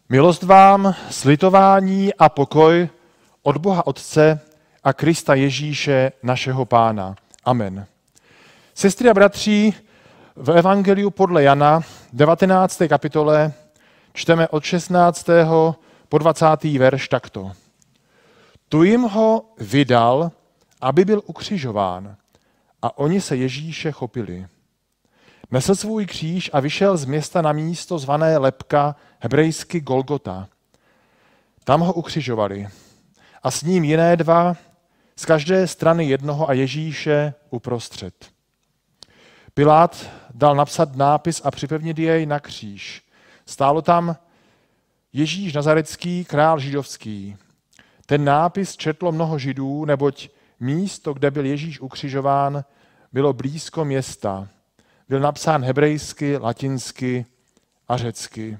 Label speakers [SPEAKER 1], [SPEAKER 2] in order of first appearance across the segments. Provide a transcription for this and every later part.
[SPEAKER 1] Milost vám, slitování a pokoj od Boha Otce a Krista Ježíše, našeho Pána. Amen. Sestry a bratři, v Evangeliu podle Jana, 19. kapitole, čteme od 16. po 20. verš takto. Tu jim ho vydal, aby byl ukřižován, a oni se Ježíše chopili. Nesl svůj kříž a vyšel z města na místo zvané Lebka, hebrejsky Golgota. Tam ho ukřižovali a s ním jiné dva, z každé strany jednoho a Ježíše uprostřed. Pilát dal napsat nápis a připevnit jej na kříž. Stálo tam Ježíš Nazarecký, král židovský. Ten nápis četlo mnoho Židů, neboť místo, kde byl Ježíš ukřižován, bylo blízko města. Byl napsán hebrejsky, latinsky a řecky.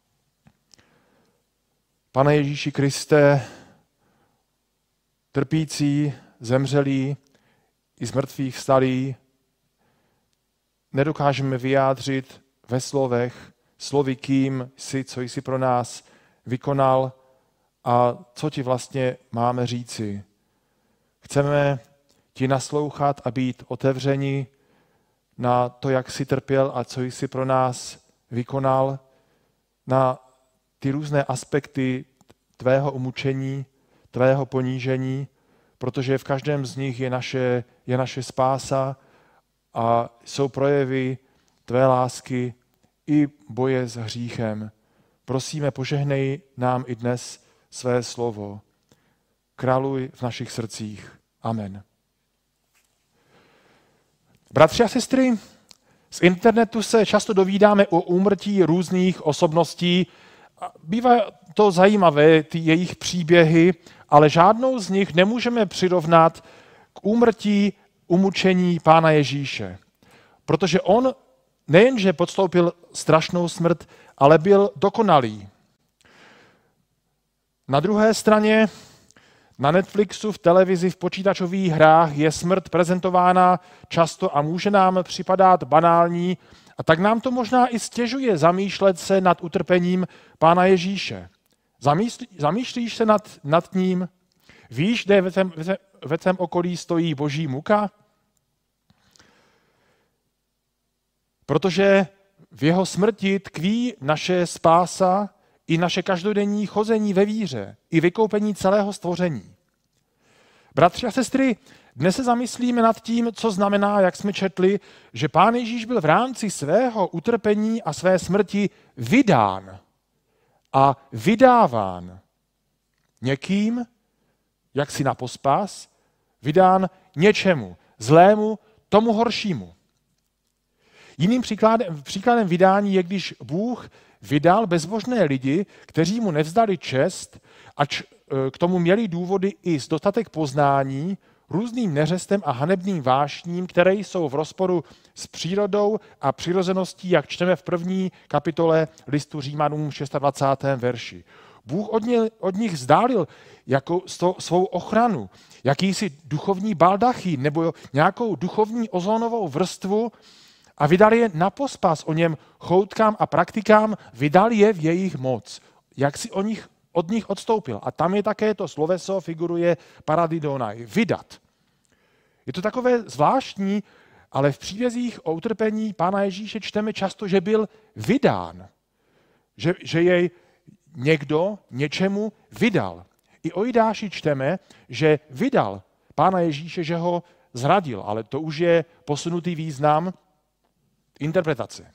[SPEAKER 1] Pane Ježíši Kriste, trpící, zemřelý i z mrtvých vstalý, nedokážeme vyjádřit ve slovech, slovy kým jsi, co jsi pro nás vykonal a co ti vlastně máme říci. Chceme ti naslouchat a být otevřeni na to, jak jsi trpěl a co jsi pro nás vykonal, na ty různé aspekty tvého umučení, tvého ponížení, protože v každém z nich je naše spása a jsou projevy tvé lásky i boje s hříchem. Prosíme, požehnej nám i dnes své slovo. Králuj v našich srdcích. Amen. Bratři a sestry, z internetu se často dovídáme o úmrtí různých osobností. Bývá to zajímavé, ty jejich příběhy, ale žádnou z nich nemůžeme přirovnat k úmrtí, umučení Pána Ježíše. Protože on nejenže podstoupil strašnou smrt, ale byl dokonalý. Na druhé straně na Netflixu, v televizi, v počítačových hrách je smrt prezentována často a může nám připadat banální a tak nám to možná i stěžuje zamýšlet se nad utrpením Pána Ježíše. Zamýšlíš se nad ním? Víš, kde ve tvém okolí stojí boží muka? Protože v jeho smrti tkví naše spása i naše každodenní chození ve víře, i vykoupení celého stvoření. Bratři a sestry, dnes se zamyslíme nad tím, co znamená, jak jsme četli, že Pán Ježíš byl v rámci svého utrpení a své smrti vydán a vydáván někým, jaksi na pospas, vydán něčemu zlému, tomu horšímu. Jiným příkladem vydání je, když Bůh vydal bezbožné lidi, kteří mu nevzdali čest, ač k tomu měli důvody i z dostatek poznání, různým neřestem a hanebným vášním, které jsou v rozporu s přírodou a přirozeností, jak čteme v 1. kapitole listu Římanům 26. verši. Bůh od nich vzdálil jako svou ochranu, jakýsi duchovní baldachín nebo nějakou duchovní ozónovou vrstvu a vydal je na pospas o něm choutkám a praktikám, vydal je v jejich moc. Jak si od nich odstoupil. A tam je také to sloveso, figuruje paradidonai, vydat. Je to takové zvláštní, ale v příbězích o utrpení Pána Ježíše čteme často, že byl vydán. Že jej někdo něčemu vydal. I o Jidáši čteme, že vydal Pána Ježíše, že ho zradil, ale to už je posunutý význam interpretace.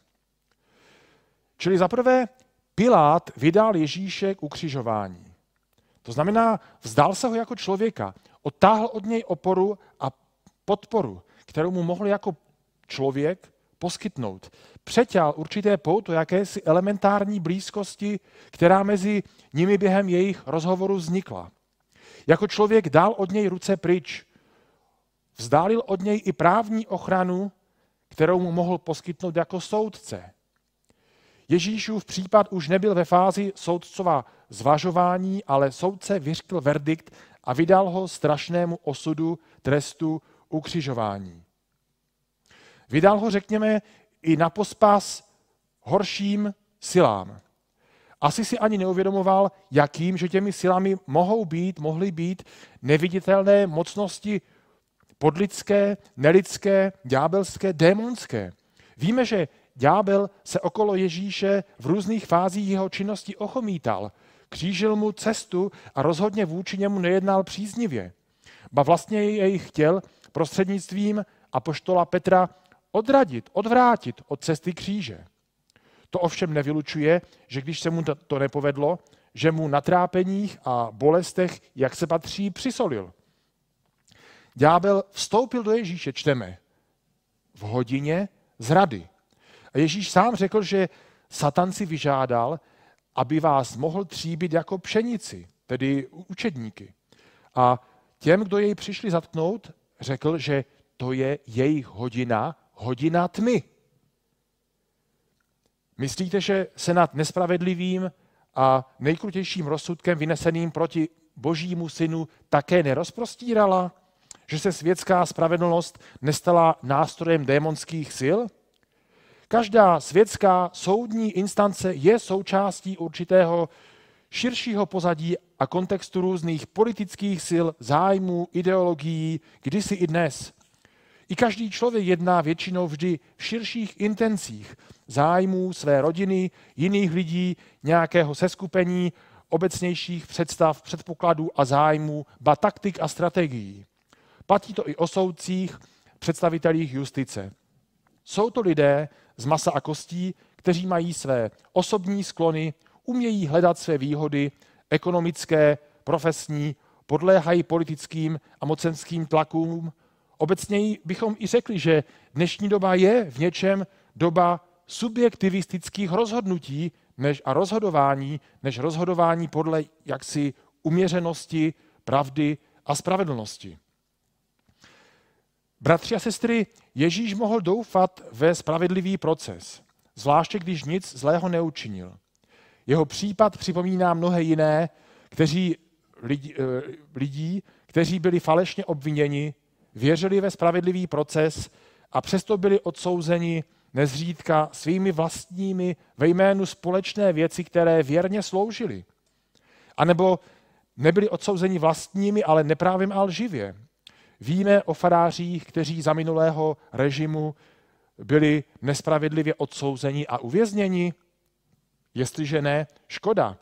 [SPEAKER 1] Čili zaprvé Pilát vydal Ježíše k ukřižování. To znamená, vzdal se ho jako člověka, odtáhl od něj oporu a podporu, kterou mu mohl jako člověk poskytnout. Přeťal určité pouto jakési elementární blízkosti, která mezi nimi během jejich rozhovoru vznikla. Jako člověk dal od něj ruce pryč. Vzdálil od něj i právní ochranu, kterou mu mohl poskytnout jako soudce. Ježíšův případ už nebyl ve fázi soudcova zvažování, ale soudce vyřkl verdikt a vydal ho strašnému osudu, trestu, ukřižování. Vydal ho, řekněme, i na pospas horším silám. Asi si ani neuvědomoval, jakým, že těmi silami mohly být neviditelné mocnosti podlidské, nelidské, ďábelské, démonské. Víme, že ďábel se okolo Ježíše v různých fázích jeho činnosti ochomítal, křížil mu cestu a rozhodně vůči němu nejednal příznivě. Ba vlastně jej chtěl prostřednictvím apoštola Petra odvrátit od cesty kříže. To ovšem nevylučuje, že když se mu to nepovedlo, že mu na trápeních a bolestech, jak se patří, přisolil. Ďábel vstoupil do Ježíše, čteme, v hodině zrady. A Ježíš sám řekl, že Satan si vyžádal, aby vás mohl tříbit jako pšenici, tedy učedníky. A těm, kdo jej přišli zatknout, řekl, že to je jejich hodina tmy. Myslíte, že se nad nespravedlivým a nejkrutějším rozsudkem vyneseným proti Božímu synu také nerozprostírala? Že se světská spravedlnost nestala nástrojem démonských sil? Každá světská soudní instance je součástí určitého širšího pozadí a kontextu různých politických sil, zájmů, ideologií, kdysi i dnes. I každý člověk jedná většinou vždy v širších intencích zájmů své rodiny, jiných lidí, nějakého seskupení, obecnějších představ, předpokladů a zájmů, ba taktik a strategií. Platí to i o soudcích, představitelích justice. Jsou to lidé z masa a kostí, kteří mají své osobní sklony, umějí hledat své výhody, ekonomické, profesní, podléhají politickým a mocenským tlakům. Obecněji bychom i řekli, že dnešní doba je v něčem doba subjektivistických rozhodnutí než rozhodování podle jaksi uměřenosti, pravdy a spravedlnosti. Bratři a sestry, Ježíš mohl doufat ve spravedlivý proces, zvláště když nic zlého neučinil. Jeho případ připomíná mnohé jiné lidí, kteří byli falešně obviněni, věřili ve spravedlivý proces a přesto byli odsouzeni nezřídka svými vlastními ve jménu společné věci, které věrně sloužily. A nebo nebyli odsouzeni vlastními, ale neprávem a lživě. Víme o farářích, kteří za minulého režimu byli nespravedlivě odsouzeni a uvězněni? Jestliže ne, škoda.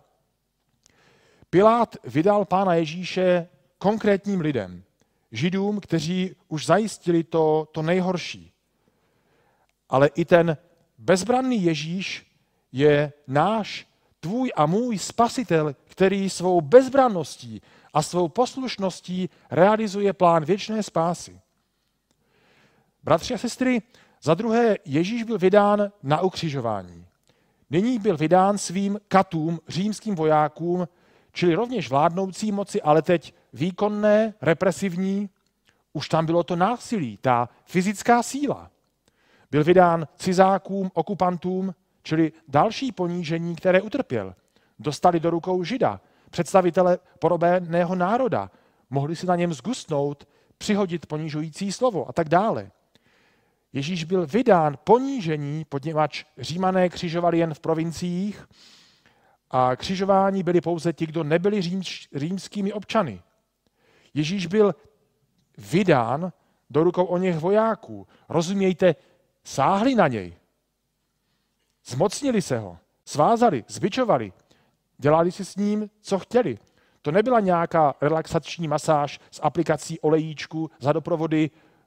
[SPEAKER 1] Pilát vydal pána Ježíše konkrétním lidem, Židům, kteří už zajistili to nejhorší. Ale i ten bezbranný Ježíš je náš, tvůj a můj spasitel, který svou bezbranností a svou poslušností realizuje plán věčné spásy. Bratři a sestry, za druhé, Ježíš byl vydán na ukřižování. Nyní byl vydán svým katům, římským vojákům, čili rovněž vládnoucí moci, ale teď výkonné, represivní. Už tam bylo to násilí, ta fyzická síla. Byl vydán cizákům, okupantům, čili další ponížení, které utrpěl. Dostali do rukou Žida, představitele porobeného národa. Mohli si na něm zgustnout, přihodit ponižující slovo a tak dále. Ježíš byl vydán ponížení, poněvadž Římané křižovali jen v provinciích a křižování byli pouze ti, kdo nebyli římskými občany. Ježíš byl vydán do rukou oněch vojáků. Rozumějte, sáhli na něj. Zmocnili se ho, svázali, zbičovali, dělali si s ním, co chtěli. To nebyla nějaká relaxační masáž s aplikací olejíčku za doprovody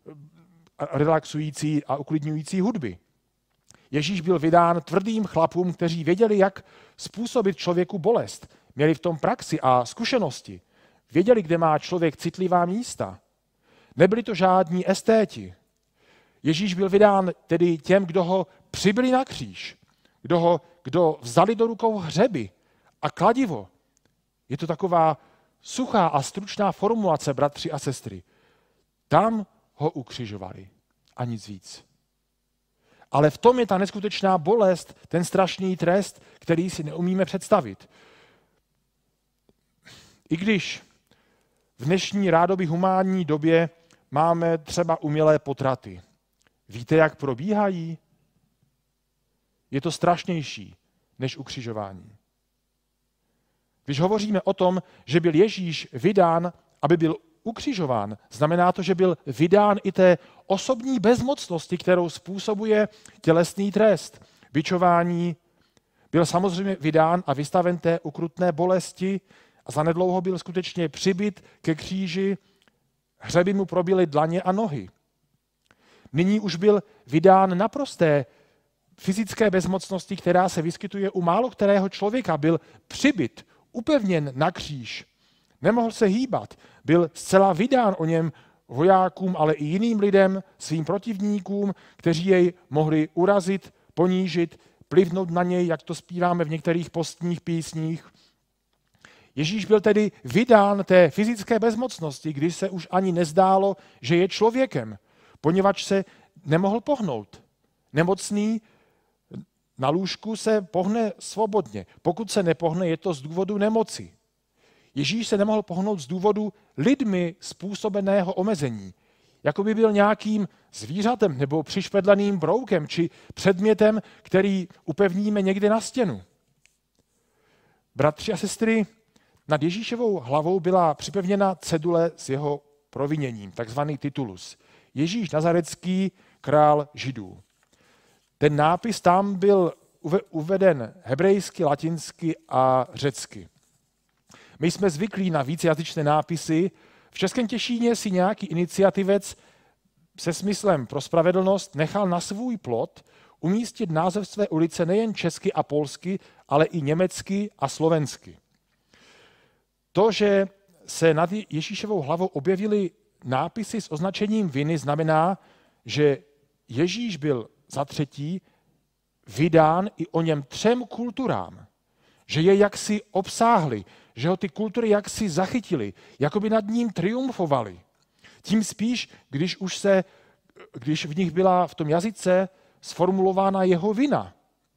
[SPEAKER 1] relaxující a uklidňující hudby. Ježíš byl vydán tvrdým chlapům, kteří věděli, jak způsobit člověku bolest. Měli v tom praxi a zkušenosti. Věděli, kde má člověk citlivá místa. Nebyli to žádní estéti. Ježíš byl vydán tedy těm, kdo ho přibyli na kříž, kdo vzali do rukou hřeby a kladivo. Je to taková suchá a stručná formulace, bratři a sestry. Tam ho ukřižovali a nic víc. Ale v tom je ta neskutečná bolest, ten strašný trest, který si neumíme představit. I když v dnešní rádoby humánní době máme třeba umělé potraty. Víte, jak probíhají? Je to strašnější než ukřižování. Když hovoříme o tom, že byl Ježíš vydán, aby byl ukřižován, znamená to, že byl vydán i té osobní bezmocnosti, kterou způsobuje tělesný trest, bičování. Byl samozřejmě vydán a vystaven té ukrutné bolesti a zanedlouho byl skutečně přibyt ke kříži, hřeby mu probily dlaně a nohy. Nyní už byl vydán naprosté fyzické bezmocnosti, která se vyskytuje u málo kterého člověka. Byl přibyt, upevněn na kříž. Nemohl se hýbat. Byl zcela vydán o něm vojákům, ale i jiným lidem, svým protivníkům, kteří jej mohli urazit, ponížit, plivnout na něj, jak to zpíváme v některých postních písních. Ježíš byl tedy vydán té fyzické bezmocnosti, když se už ani nezdálo, že je člověkem, poněvadž se nemohl pohnout. Nemocný na lůžku se pohne svobodně. Pokud se nepohne, je to z důvodu nemoci. Ježíš se nemohl pohnout z důvodu lidmi způsobeného omezení. Jako by byl nějakým zvířatem nebo přišpedlaným broukem či předmětem, který upevníme někde na stěnu. Bratři a sestry, nad Ježíšovou hlavou byla připevněna cedule s jeho proviněním, takzvaný titulus. Ježíš Nazarecký, král Židů. Ten nápis tam byl uveden hebrejsky, latinsky a řecky. My jsme zvyklí na vícejazyčné nápisy. V Českém Těšíně si nějaký iniciativec se smyslem pro spravedlnost nechal na svůj plot umístit název své ulice nejen česky a polsky, ale i německy a slovensky. To, že se nad Ježíšovou hlavou objevily nápisy s označením viny, znamená, že Ježíš byl za třetí vydán i o něm 3 kulturám. Že je jaksi obsáhli, že ho ty kultury jaksi zachytili, jako by nad ním triumfovali. Tím spíš, když v nich byla v tom jazyce sformulována jeho vina.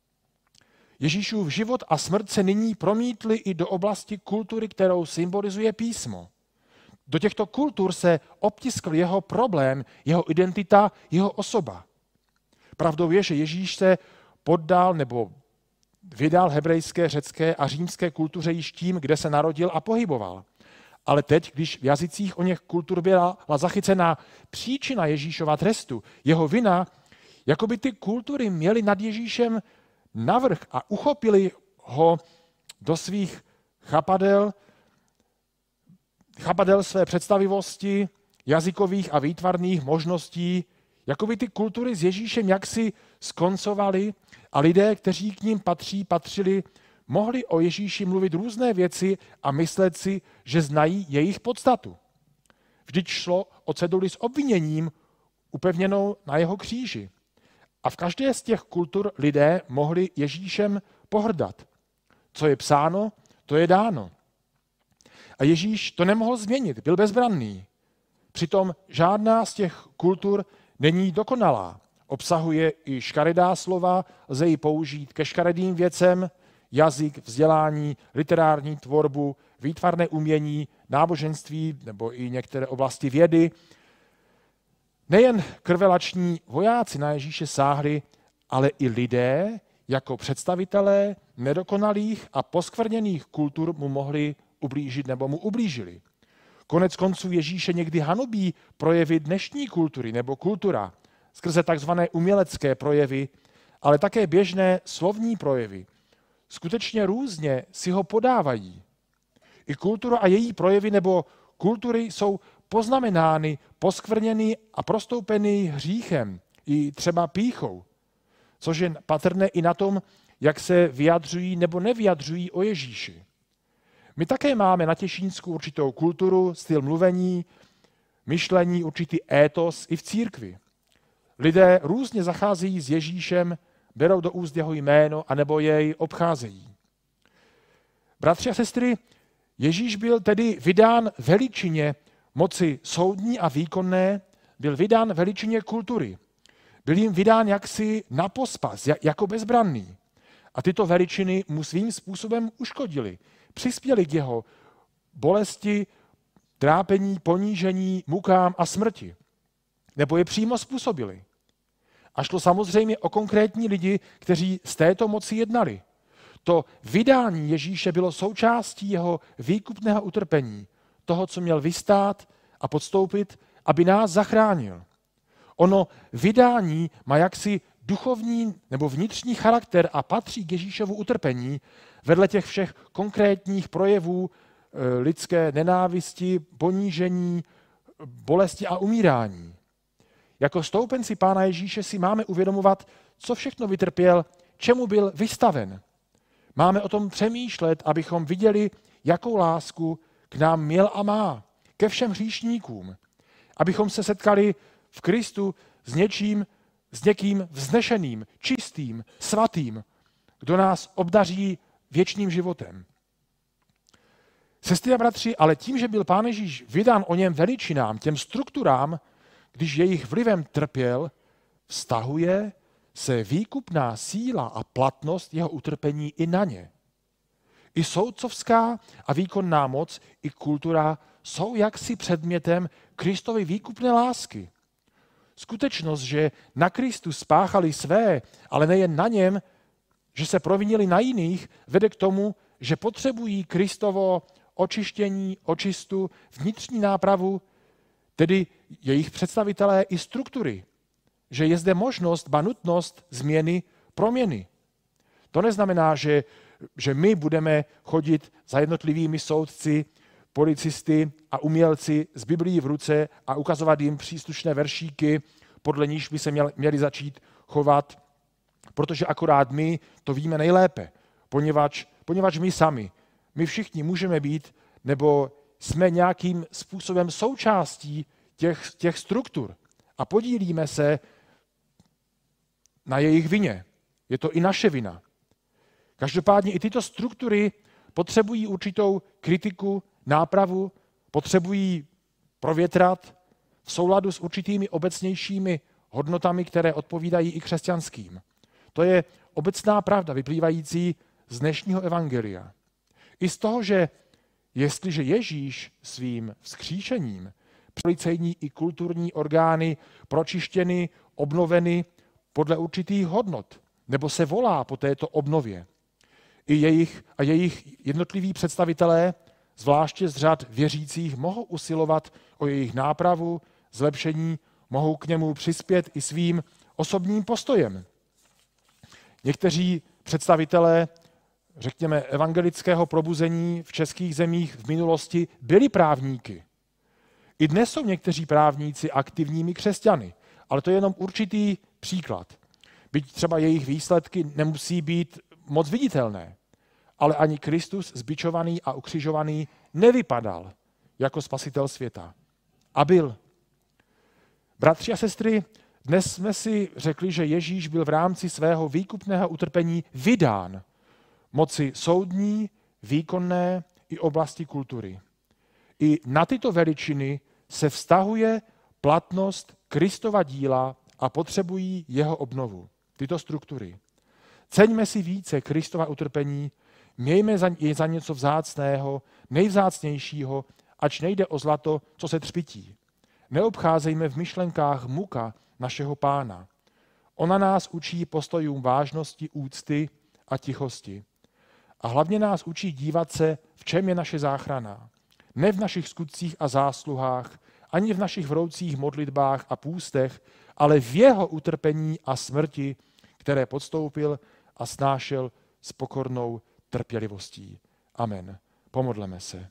[SPEAKER 1] Ježíšův život a smrt se nyní promítly i do oblasti kultury, kterou symbolizuje písmo. Do těchto kultur se obtiskl jeho problém, jeho identita, jeho osoba. Pravdou je, že Ježíš se poddal nebo vydal hebrejské, řecké a římské kultuře již tím, kde se narodil a pohyboval. Ale teď, když v jazycích o něch kultur byla zachycená příčina Ježíšova trestu, jeho vina, jako by ty kultury měly nad Ježíšem navrch a uchopili ho do svých chapadel své představivosti, jazykových a výtvarných možností, jako by ty kultury s Ježíšem jaksi skoncovali a lidé, kteří k ním patřili, mohli o Ježíši mluvit různé věci a myslet si, že znají jejich podstatu. Vždyť šlo o ceduli s obviněním upevněnou na jeho kříži. A v každé z těch kultur lidé mohli Ježíšem pohrdat. Co je psáno, to je dáno. A Ježíš to nemohl změnit, byl bezbranný. Přitom žádná z těch kultur není dokonalá. Obsahuje i škaredá slova, lze ji použít ke škaredým věcem, jazyk, vzdělání, literární tvorbu, výtvarné umění, náboženství nebo i některé oblasti vědy. Nejen krvelační vojáci na Ježíše sáhli, ale i lidé jako představitelé nedokonalých a poskvrněných kultur mu mohli ublížit nebo mu ublížili. Konec konců Ježíše někdy hanobí projevy dnešní kultury nebo kultura skrze takzvané umělecké projevy, ale také běžné slovní projevy. Skutečně různě si ho podávají. I kultura a její projevy nebo kultury jsou poznamenány, poskvrněny a prostoupeny hříchem, i třeba pýchou, což je patrné i na tom, jak se vyjadřují nebo nevyjadřují o Ježíši. My také máme na Těšínsku určitou kulturu, styl mluvení, myšlení, určitý étos i v církvi. Lidé různě zacházejí s Ježíšem, berou do úst jeho jméno anebo jej obcházejí. Bratři a sestry, Ježíš byl tedy vydán veličině moci soudní a výkonné, byl vydán veličině kultury. Byl jim vydán jaksi na pospas, jako bezbranný. A tyto veličiny mu svým způsobem uškodily. Přispěli k jeho bolesti, trápení, ponížení, mukám a smrti. Nebo je přímo způsobili. A šlo samozřejmě o konkrétní lidi, kteří z této moci jednali. To vydání Ježíše bylo součástí jeho výkupného utrpení, toho, co měl vystát a podstoupit, aby nás zachránil. Ono vydání má jaksi duchovní nebo vnitřní charakter a patří k Ježíšovu utrpení vedle těch všech konkrétních projevů lidské nenávisti, ponížení, bolesti a umírání. Jako stoupenci Pána Ježíše si máme uvědomovat, co všechno vytrpěl, čemu byl vystaven. Máme o tom přemýšlet, abychom viděli, jakou lásku k nám měl a má, ke všem hříšníkům. Abychom se setkali v Kristu s někým vznešeným, čistým, svatým, kdo nás obdaří věčným životem. Sestry a bratři, ale tím, že byl Pán Ježíš vydán o něm veličinám, těm strukturám, když jejich vlivem trpěl, vztahuje se výkupná síla a platnost jeho utrpení i na ně. I soudcovská a výkonná moc, i kultura jsou jaksi předmětem Kristovy výkupné lásky. Skutečnost, že na Kristu spáchali své, ale nejen na něm, že se provinili na jiných, vede k tomu, že potřebují Kristovo očištění, očistu, vnitřní nápravu, tedy jejich představitelé i struktury. Že je zde možnost, ba nutnost změny, proměny. To neznamená, že my budeme chodit za jednotlivými soudci, policisty a umělci s Biblií v ruce a ukazovat jim příslušné veršíky, podle níž by se měli chovat, protože akorát my to víme nejlépe, poněvadž my všichni můžeme být, nebo jsme nějakým způsobem součástí těch struktur a podílíme se na jejich vině. Je to i naše vina. Každopádně i tyto struktury potřebují určitou kritiku, nápravu, potřebují provětrat v souladu s určitými obecnějšími hodnotami, které odpovídají i křesťanským. To je obecná pravda vyplývající z dnešního evangelia. I z toho, že jestliže Ježíš svým vzkříšením policejní i kulturní orgány pročištěny, obnoveny podle určitých hodnot, nebo se volá po této obnově, i jejich jednotliví představitelé, zvláště z řad věřících, mohou usilovat o jejich nápravu, zlepšení, mohou k němu přispět i svým osobním postojem. Někteří představitelé, řekněme, evangelického probuzení v českých zemích v minulosti byli právníky. I dnes jsou někteří právníci aktivními křesťany, ale to je jenom určitý příklad. Byť třeba jejich výsledky nemusí být moc viditelné, ale ani Kristus zbičovaný a ukřižovaný nevypadal jako spasitel světa. A byl. Bratři a sestry, dnes jsme si řekli, že Ježíš byl v rámci svého výkupného utrpení vydán moci soudní, výkonné i oblasti kultury. I na tyto veličiny se vztahuje platnost Kristova díla a potřebují jeho obnovu. Tyto struktury. Ceňme si více Kristova utrpení, mějme je za něco vzácného, nejvzácnějšího, ač nejde o zlato, co se třpytí. Neobcházejme v myšlenkách muka našeho Pána. Ona nás učí postojům vážnosti, úcty a tichosti. A hlavně nás učí dívat se, v čem je naše záchrana. Ne v našich skutcích a zásluhách, ani v našich vroucích modlitbách a půstech, ale v jeho utrpení a smrti, které podstoupil a snášel s pokornou trpělivostí. Amen. Pomodleme se.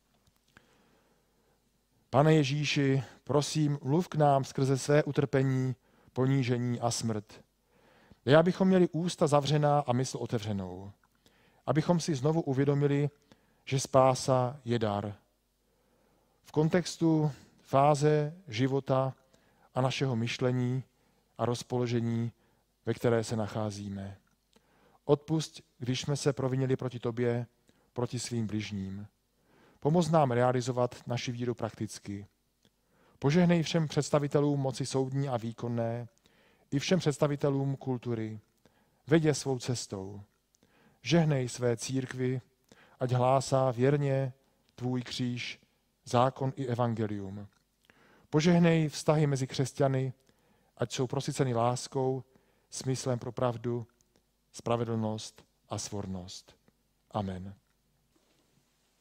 [SPEAKER 1] Pane Ježíši, prosím, mluv k nám skrze své utrpení, ponížení a smrt. Dej, abychom měli ústa zavřená a mysl otevřenou. Abychom si znovu uvědomili, že spása je dar. V kontextu fáze života a našeho myšlení a rozpoložení, ve které se nacházíme. Odpusť, když jsme se provinili proti tobě, proti svým bližním. Pomoz nám realizovat naši víru prakticky. Požehnej všem představitelům moci soudní a výkonné, i všem představitelům kultury. Veď je svou cestou. Žehnej své církvi, ať hlásá věrně tvůj kříž, zákon i evangelium. Požehnej vztahy mezi křesťany, ať jsou prosyceny láskou, smyslem pro pravdu, spravedlnost a svornost. Amen.